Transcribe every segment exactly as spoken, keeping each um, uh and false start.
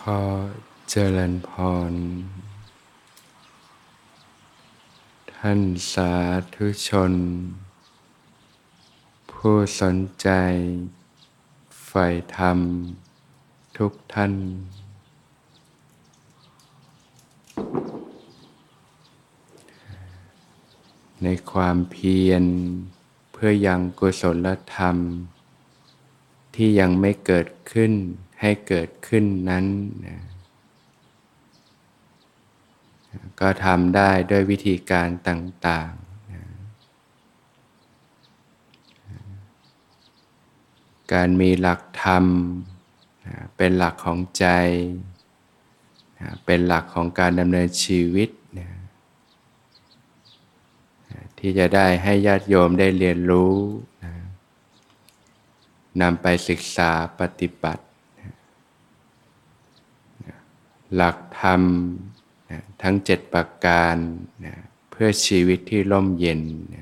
อเจริญพรท่านสาธุชนผู้สนใจใฝ่ธรรมทุกท่านในความเพียรเพื่อยังกุศลธรรมที่ยังไม่เกิดขึ้นให้เกิดขึ้นนั้นนะก็ทำได้ด้วยวิธีการต่างๆนะการมีหลักธรรมนะเป็นหลักของใจนะเป็นหลักของการดำเนินชีวิตนะที่จะได้ให้ญาติโยมได้เรียนรู้นะนำไปศึกษาปฏิบัตินะหลักธรรมนะทั้งเจ็ดประการนะเพื่อชีวิตที่ร่มเย็นนะ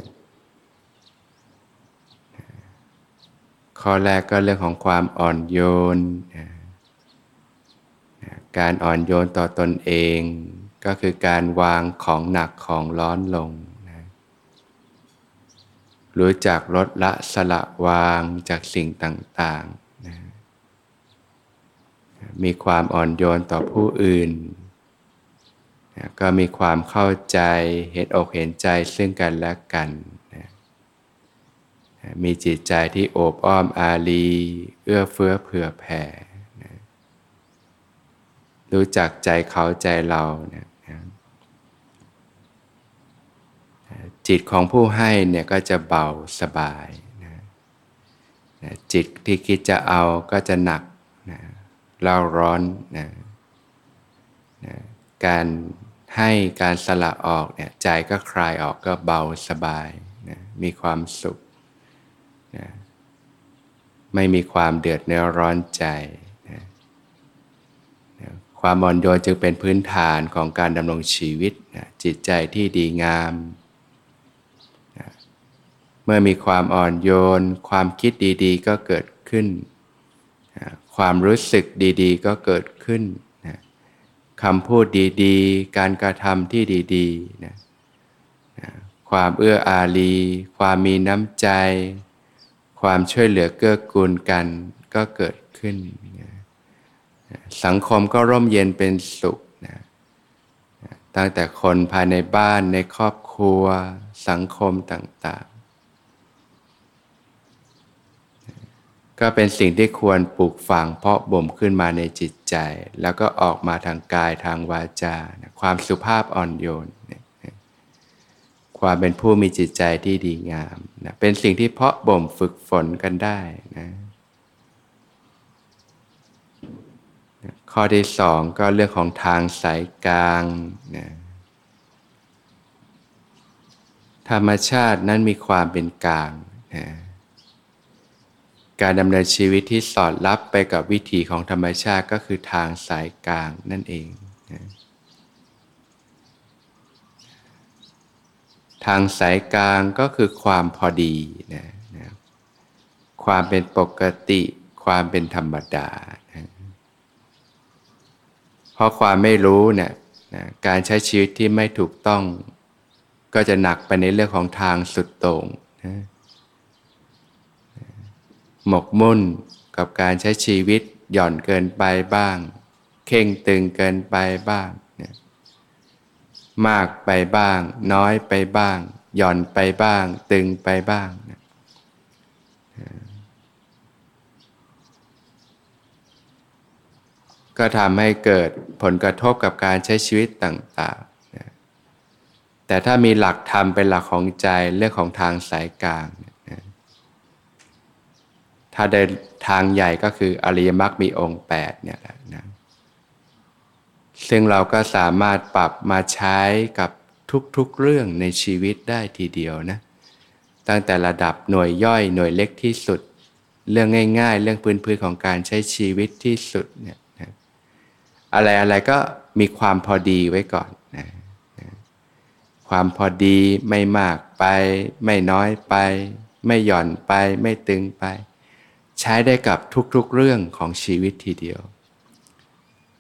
ข้อแรกก็เรื่องของความอ่อนโยนนะนะการอ่อนโยนต่อตนเองก็คือการวางของหนักของร้อนลงนะรู้จักลดละสละวางจากสิ่งต่างๆนะมีความอ่อนโยนต่อผู้อื่นนะก็มีความเข้าใจเห็นอกเห็นใจซึ่งกันและกันนะมีจิตใจที่โอบอ้อมอารีเอื้อเฟื้อเผื่อแผ่นะรู้จักใจเขาใจเรานะนะจิตของผู้ให้เนี่ยก็จะเบาสบายนะนะจิตที่คิดจะเอาก็จะหนักนะเล่าร้อนนะนะการให้การสละออกเนี่ยใจก็คลายออกก็เบาสบายนะมีความสุขนะไม่มีความเดือดเนื้อร้อนใจนะนะความอ่อนโยนจึงเป็นพื้นฐานของการดำรงชีวิตนะจิตใจที่ดีงามนะเมื่อมีความอ่อนโยนความคิดดีๆก็เกิดขึ้นนะความรู้สึกดีๆก็เกิดขึ้นนะคำพูดดีๆการกระทำที่ดีๆนะนะความเอื้ออารีความมีน้ำใจความช่วยเหลือเกื้อกูลกันก็เกิดขึ้นนะสังคมก็ร่มเย็นเป็นสุขนะตั้งแต่คนภายในบ้านในครอบครัวสังคมต่างๆก็เป็นสิ่งที่ควรปลูกฝังเพาะบ่มขึ้นมาในจิตใจแล้วก็ออกมาทางกายทางวาจาความสุภาพอ่อนโยนความเป็นผู้มีจิตใจที่ดีงามนะเป็นสิ่งที่เพาะบ่มฝึกฝนกันได้นะข้อที่สองก็เรื่องของทางสายกลางนะธรรมชาตินั้นมีความเป็นกลางนะการดำเนินชีวิตที่สอดรับไปกับวิถีของธรรมชาติก็คือทางสายกลางนั่นเองนะทางสายกลางก็คือความพอดีนะนะความเป็นปกติความเป็นธรรมดานะเพราะความไม่รู้เนี่ยนะการใช้ชีวิตที่ไม่ถูกต้องก็จะหนักไปในเรื่องของทางสุดโต่งนะหมกมุ่นกับการใช้ชีวิตหย่อนเกินไปบ้างเข่งตึงเกินไปบ้างนะมากไปบ้างน้อยไปบ้างหย่อนไปบ้างตึงไปบ้างนะก็ทำให้เกิดผลกระทบกับการใช้ชีวิตต่างๆนะแต่ถ้ามีหลักธรรมเป็นหลักของใจเรื่องของทางสายกลางนะถ้าเดินทางใหญ่ก็คืออริยมรรคมีองค์แปดเนี่ยแหละนะซึ่งเราก็สามารถปรับมาใช้กับทุกๆเรื่องในชีวิตได้ทีเดียวนะตั้งแต่ระดับหน่วยย่อยหน่วยเล็กที่สุดเรื่องง่ายๆเรื่องพื้นๆของการใช้ชีวิตที่สุดเนี่ยนะอะไรๆก็มีความพอดีไว้ก่อนนะนะความพอดีไม่มากไปไม่น้อยไปไม่หย่อนไปไม่ตึงไปใช้ได้กับทุกๆเรื่องของชีวิตทีเดียว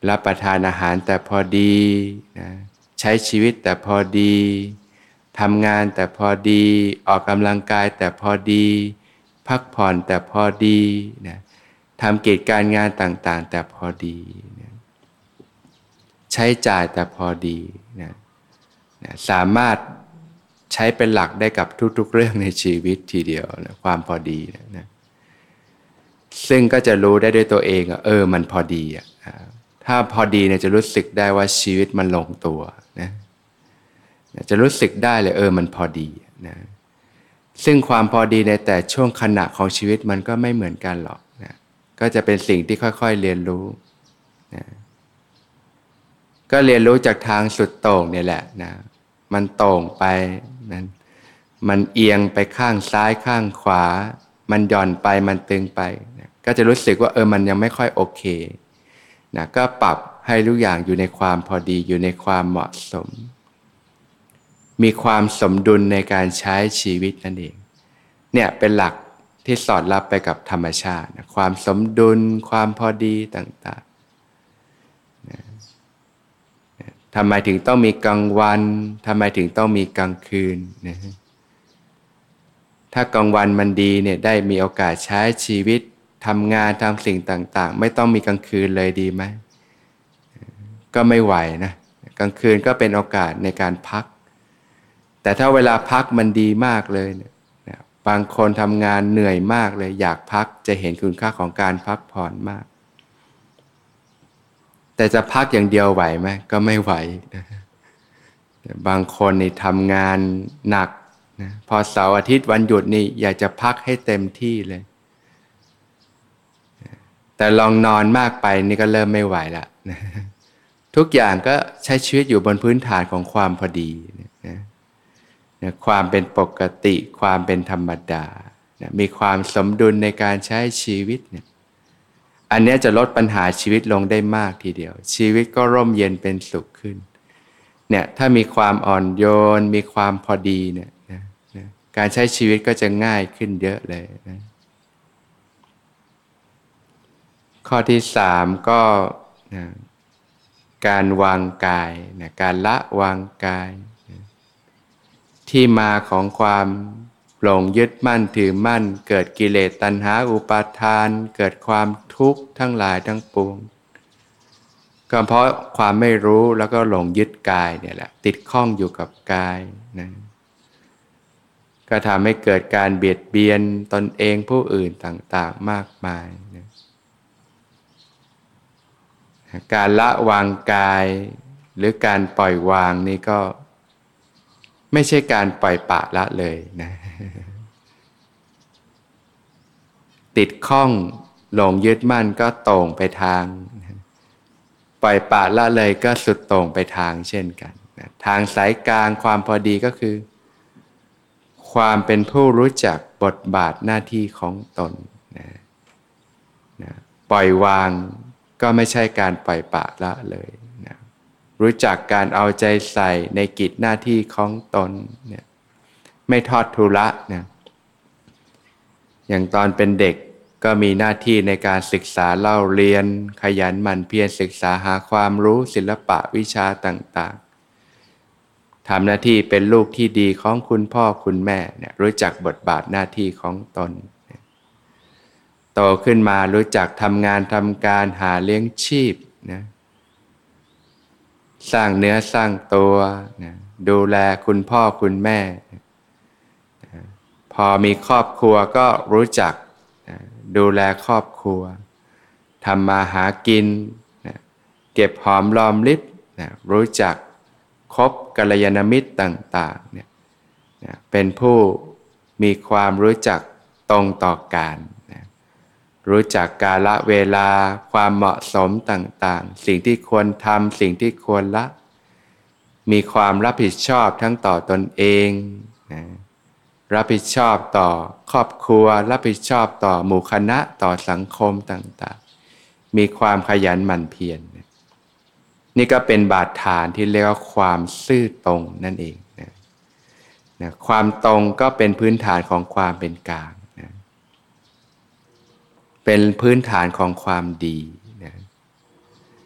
รับประทานอาหารแต่พอดีนะใช้ชีวิตแต่พอดีทำงานแต่พอดีออกกำลังกายแต่พอดีพักผ่อนแต่พอดีนะทำกิจการงานต่างๆแต่พอดีนะใช้จ่ายแต่พอดีนะนะสามารถใช้เป็นหลักได้กับทุกๆเรื่องในชีวิตทีเดียวนะความพอดีนะนะซึ่งก็จะรู้ได้ด้วยตัวเองว่าเออมันพอดีอ่ะถ้าพอดีเนี่ยจะรู้สึกได้ว่าชีวิตมันลงตัวนะจะรู้สึกได้เลยเออมันพอดีนะซึ่งความพอดีในแต่ช่วงขณะของชีวิตมันก็ไม่เหมือนกันหรอกนะก็จะเป็นสิ่งที่ค่อยๆเรียนรู้นะก็เรียนรู้จากทางสุดโต่งเนี่ยแหละนะมันโต่งไปมันมันเอียงไปข้างซ้ายข้างขวามันหย่อนไปมันตึงไปนะก็จะรู้สึกว่าเออมันยังไม่ค่อยโอเคนะก็ปรับให้ทุกอย่างอยู่ในความพอดีอยู่ในความเหมาะสมมีความสมดุลในการใช้ชีวิตนั่นเองเนี่ยเป็นหลักที่สอดรับไปกับธรรมชาตินะความสมดุลความพอดีต่างๆนะทำไมถึงต้องมีกลางวันทำไมถึงต้องมีกลางคืนนะถ้ากลางวันมันดีเนี่ยได้มีโอกาสใช้ชีวิตทำงานทำสิ่งต่างๆไม่ต้องมีกลางคืนเลยดีไหมก็ไม่ไหวนะกลางคืนก็เป็นโอกาสในการพักแต่ถ้าเวลาพักมันดีมากเลยเนี่ยบางคนทำงานเหนื่อยมากเลยอยากพักจะเห็นคุณค่าของการพักผ่อนมากแต่จะพักอย่างเดียวไหวไหมก็ไม่ไหวนะบางคนนี่ทำงานหนักนะพอเสาร์อาทิตย์วันหยุดนี่อยากจะพักให้เต็มที่เลยแต่ลองนอนมากไปนี่ก็เริ่มไม่ไหวละนะทุกอย่างก็ใช้ชีวิตอยู่บนพื้นฐานของความพอดีนะนะความเป็นปกติความเป็นธรรมดานะมีความสมดุลในการใช้ชีวิตเนี่ยอันนี้จะลดปัญหาชีวิตลงได้มากทีเดียวชีวิตก็ร่มเย็นเป็นสุขขึ้นเนี่ยถ้ามีความอ่อนโยนมีความพอดีเนี่ยนะนะการใช้ชีวิตก็จะง่ายขึ้นเยอะเลยนะข้อที่สามก็นะการวางกายนะการละวางกายนะที่มาของความหลงยึดมั่นถือมั่นเกิดกิเลสตัณหาอุปาทานเกิดความทุกข์ทั้งหลายทั้งปวงก็เพราะความไม่รู้แล้วก็หลงยึดกายเนี่ยแหละติดข้องอยู่กับกายนะก็ทำให้เกิดการเบียดเบียนตนเองผู้อื่นต่างๆมากมายนะการละวางกายหรือการปล่อยวางนี่ก็ไม่ใช่การปล่อยปละละเลยนะติดข้องหลงยึดมั่นก็ตรงไปทางปล่อยปละละเลยก็สุดตรงไปทางเช่นกันนะทางสายกลางความพอดีก็คือความเป็นผู้รู้จักบทบาทหน้าที่ของตนนะนะปล่อยวางก็ไม่ใช่การปล่อยปละละเลยนะรู้จักการเอาใจใส่ในกิจหน้าที่ของตนเนี่ยไม่ทอดทุระนะอย่างตอนเป็นเด็กก็มีหน้าที่ในการศึกษาเล่าเรียนขยันหมั่นเพียรศึกษาหาความรู้ศิลปะวิชาต่างๆทำหน้าที่เป็นลูกที่ดีของคุณพ่อคุณแม่เนี่ยรู้จักบทบาทหน้าที่ของตนโตขึ้นมารู้จักทำงานทำการหาเลี้ยงชีพนะสร้างเนื้อสร้างตัวนะดูแลคุณพ่อคุณแม่นะพอมีครอบครัวก็รู้จักนะดูแลครอบครัวทำมาหากินนะเก็บหอมรอมริบนะรู้จักคบกัลยาณมิตรต่างๆเนี่ยนะเป็นผู้มีความรู้จักตรงต่อการนะรู้จักกาลเวลาความเหมาะสมต่างๆสิ่งที่ควรทำสิ่งที่ควรละมีความรับผิดชอบทั้งต่อตนเองนะรับผิดชอบต่อครอบครัวรับผิดชอบต่อหมู่คณะต่อสังคมต่างๆมีความขยันหมั่นเพียรนะนี่ก็เป็นบาดฐานที่เรียกว่าความซื่อตรงนั่นเองนะนะความตรงก็เป็นพื้นฐานของความเป็นกลางนะเป็นพื้นฐานของความดีนะ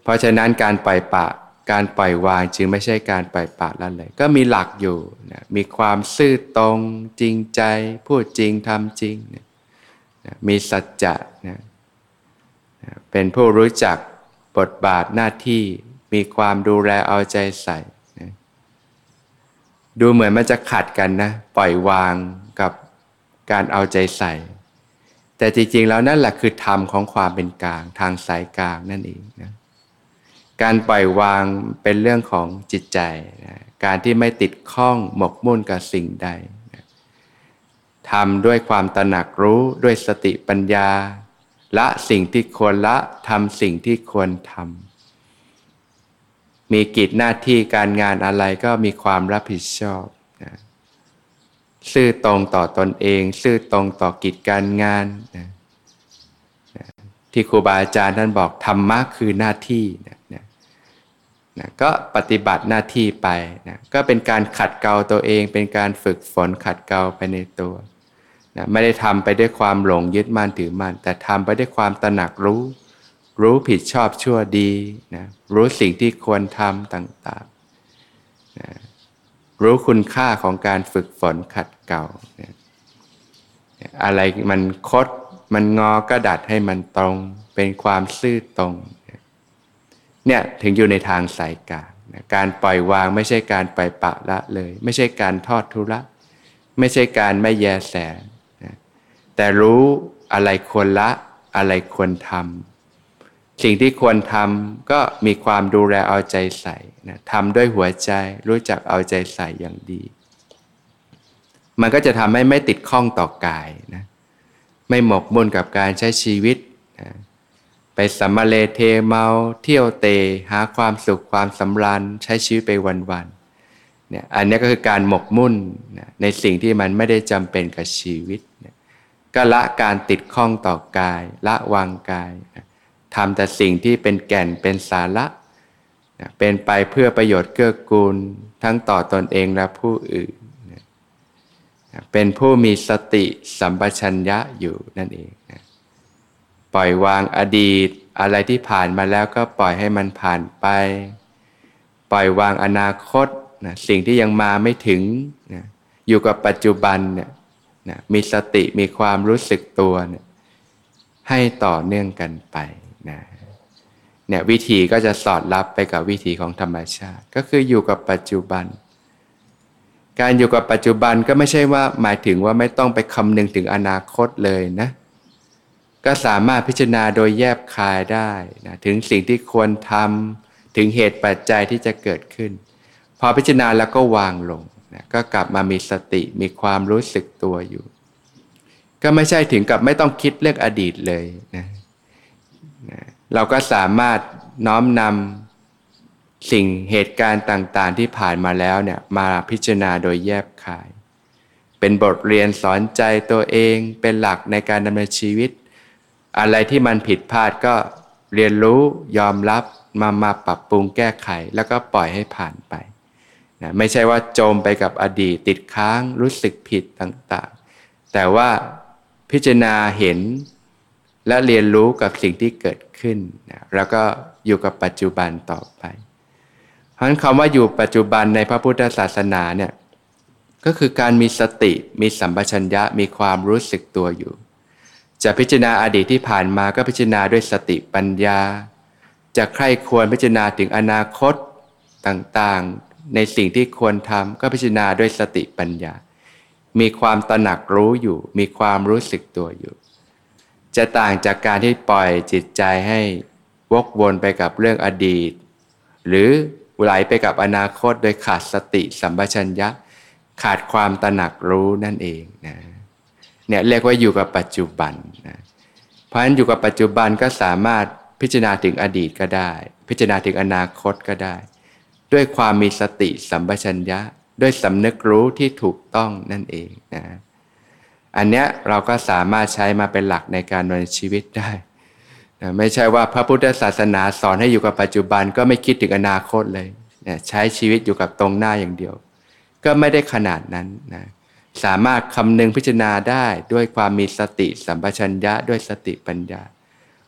เพราะฉะนั้นการปล่อยปละการปล่อยวางจึงไม่ใช่การปล่อยปละละเลยก็มีหลักอยู่นะมีความซื่อตรงจริงใจพูดจริงทำจริงนะมีสัจจะนะนะเป็นผู้รู้จักบทบาทหน้าที่มีความดูแลเอาใจใส่นะดูเหมือนมันจะขัดกันนะปล่อยวางกับการเอาใจใส่แต่จริงๆแล้วนั่นแหละคือธรรมของความเป็นกลางทางสายกลางนั่นเองนะการปล่อยวางเป็นเรื่องของจิตใจนะการที่ไม่ติดข้องหมกมุ่นกับสิ่งใดนะทำด้วยความตระหนักรู้ด้วยสติปัญญาละสิ่งที่ควรละทำสิ่งที่ควรทำมีกิจหน้าที่การงานอะไรก็มีความรับผิดชอบนะซื่อตรงต่อตนเองซื่อตรงต่อกิจการงานนะนะที่ครูบาอาจารย์ท่านบอกธรรมะคือหน้าที่นะนะนะก็ปฏิบัติหน้าที่ไปนะก็เป็นการขัดเกลาตัวเองเป็นการฝึกฝนขัดเกลาไปในตัวนะไม่ได้ทำไปด้วยความหลงยึดมั่นถือมั่นแต่ทำไปด้วยความตระหนักรู้รู้ผิดชอบชั่วดีนะรู้สิ่งที่ควรทำต่างๆนะรู้คุณค่าของการฝึกฝนขัดเกลานะอะไรมันคดมันงอก็ดัดให้มันตรงเป็นความซื่อตรงเนี่ยถึงอยู่ในทางสายกลางนะการปล่อยวางไม่ใช่การปล่อยปละละเลยไม่ใช่การทอดทุระไม่ใช่การไม่แยแสนะแต่รู้อะไรควรละอะไรควรทำสิ่งที่ควรทำก็มีความดูแลเอาใจใส่นะทำด้วยหัวใจรู้จักเอาใจใส่อย่างดีมันก็จะทำให้ไม่ติดข้องต่อกายนะไม่หมกมุ่นกับการใช้ชีวิตนะไปสัมมาเลเทเมาเที่ยวเตะหาความสุขความสำราญใช้ชีวิตไปวันๆเนี่ยอันนี้ก็คือการหมกมุ่นนะในสิ่งที่มันไม่ได้จำเป็นกับชีวิตนะก็ละการติดข้องต่อกายละวางกายนะทำแต่สิ่งที่เป็นแก่นเป็นสาระนะเป็นไปเพื่อประโยชน์เกื้อกูลทั้งต่อตนเองและผู้อื่นนะนะเป็นผู้มีสติสัมปชัญญะอยู่นั่นเองนะปล่อยวางอดีตอะไรที่ผ่านมาแล้วก็ปล่อยให้มันผ่านไปปล่อยวางอนาคตนะสิ่งที่ยังมาไม่ถึงนะอยู่กับปัจจุบันเนี่ยนะมีสติมีความรู้สึกตัวเนี่ยให้ต่อเนื่องกันไปนะเนี่ยวิธีก็จะสอดรับไปกับวิธีของธรรมชาติก็คืออยู่กับปัจจุบันการอยู่กับปัจจุบันก็ไม่ใช่ว่าหมายถึงว่าไม่ต้องไปคำนึงถึงอนาคตเลยนะก็สามารถพิจารณาโดยแยบคายได้นะถึงสิ่งที่ควรทำถึงเหตุปัจจัยที่จะเกิดขึ้นพอพิจารณาแล้วก็วางลงนะก็กลับมามีสติมีความรู้สึกตัวอยู่ก็ไม่ใช่ถึงกับไม่ต้องคิดเรื่องอดีตเลยนะนะเราก็สามารถน้อมนำสิ่งเหตุการณ์ต่างๆที่ผ่านมาแล้วเนี่ยมาพิจารณาโดยแยบคายเป็นบทเรียนสอนใจตัวเองเป็นหลักในการดำเนินชีวิตอะไรที่มันผิดพลาดก็เรียนรู้ยอมรับมามาปรับปรุงแก้ไขแล้วก็ปล่อยให้ผ่านไปนะไม่ใช่ว่าจมไปกับอดีตติดค้างรู้สึกผิดต่างๆแต่ว่าพิจารณาเห็นและเรียนรู้กับสิ่งที่เกิดขึ้นนะแล้วก็อยู่กับปัจจุบันต่อไปเพราะฉะนั้นคำว่าอยู่ปัจจุบันในพระพุทธศาสนาเนี่ยก็คือการมีสติมีสัมปชัญญะมีความรู้สึกตัวอยู่จะพิจารณาอดีตที่ผ่านมาก็พิจารณาด้วยสติปัญญาจะใคร่ควรพิจารณาถึงอนาคตต่างๆในสิ่งที่ควรทำก็พิจารณาด้วยสติปัญญามีความตระหนักรู้อยู่มีความรู้สึกตัวอยู่จะต่างจากการที่ปล่อยจิตใจให้วกวนไปกับเรื่องอดีตหรือไหลไปกับอนาคตโดยขาดสติสัมปชัญญะขาดความตระหนักรู้นั่นเองนะเนี่ยเรียกว่าอยู่กับปัจจุบันนะเพราะฉะนั้นอยู่กับปัจจุบันก็สามารถพิจารณาถึงอดีตก็ได้พิจารณาถึงอนาคตก็ได้ด้วยความมีสติสัมปชัญญะด้วยสำนึกรู้ที่ถูกต้องนั่นเองนะอันเนี้ยเราก็สามารถใช้มาเป็นหลักในการดำเนินชีวิตได้นะไม่ใช่ว่าพระพุทธศาสนาสอนให้อยู่กับปัจจุบันก็ไม่คิดถึงอนาคตเลยนะใช้ชีวิตอยู่กับตรงหน้าอย่างเดียวก็ไม่ได้ขนาดนั้นนะสามารถคำนึงพิจารณาได้ด้วยความมีสติสัมปชัญญะด้วยสติปัญญา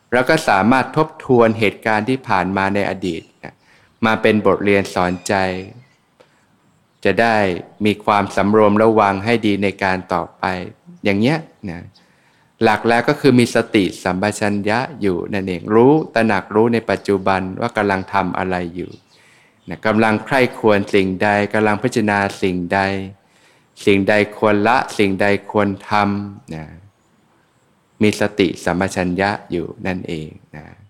แล้วก็สามารถทบทวนเหตุการณ์ที่ผ่านมาในอดีตนะมาเป็นบทเรียนสอนใจจะได้มีความสำรวมระวังให้ดีในการต่อไปอย่างเงี้ยนะหลักแล้วก็คือมีสติสัมปชัญญะอยู่นั่นเองรู้ตระหนักรู้ในปัจจุบันว่ากำลังทำอะไรอยู่นะกำลังใคร่ควรสิ่งใดกำลังพิจารณาสิ่งใดสิ่งใดควรละสิ่งใดควรทำนะมีสติสัมปชัญญะอยู่นั่นเองนะ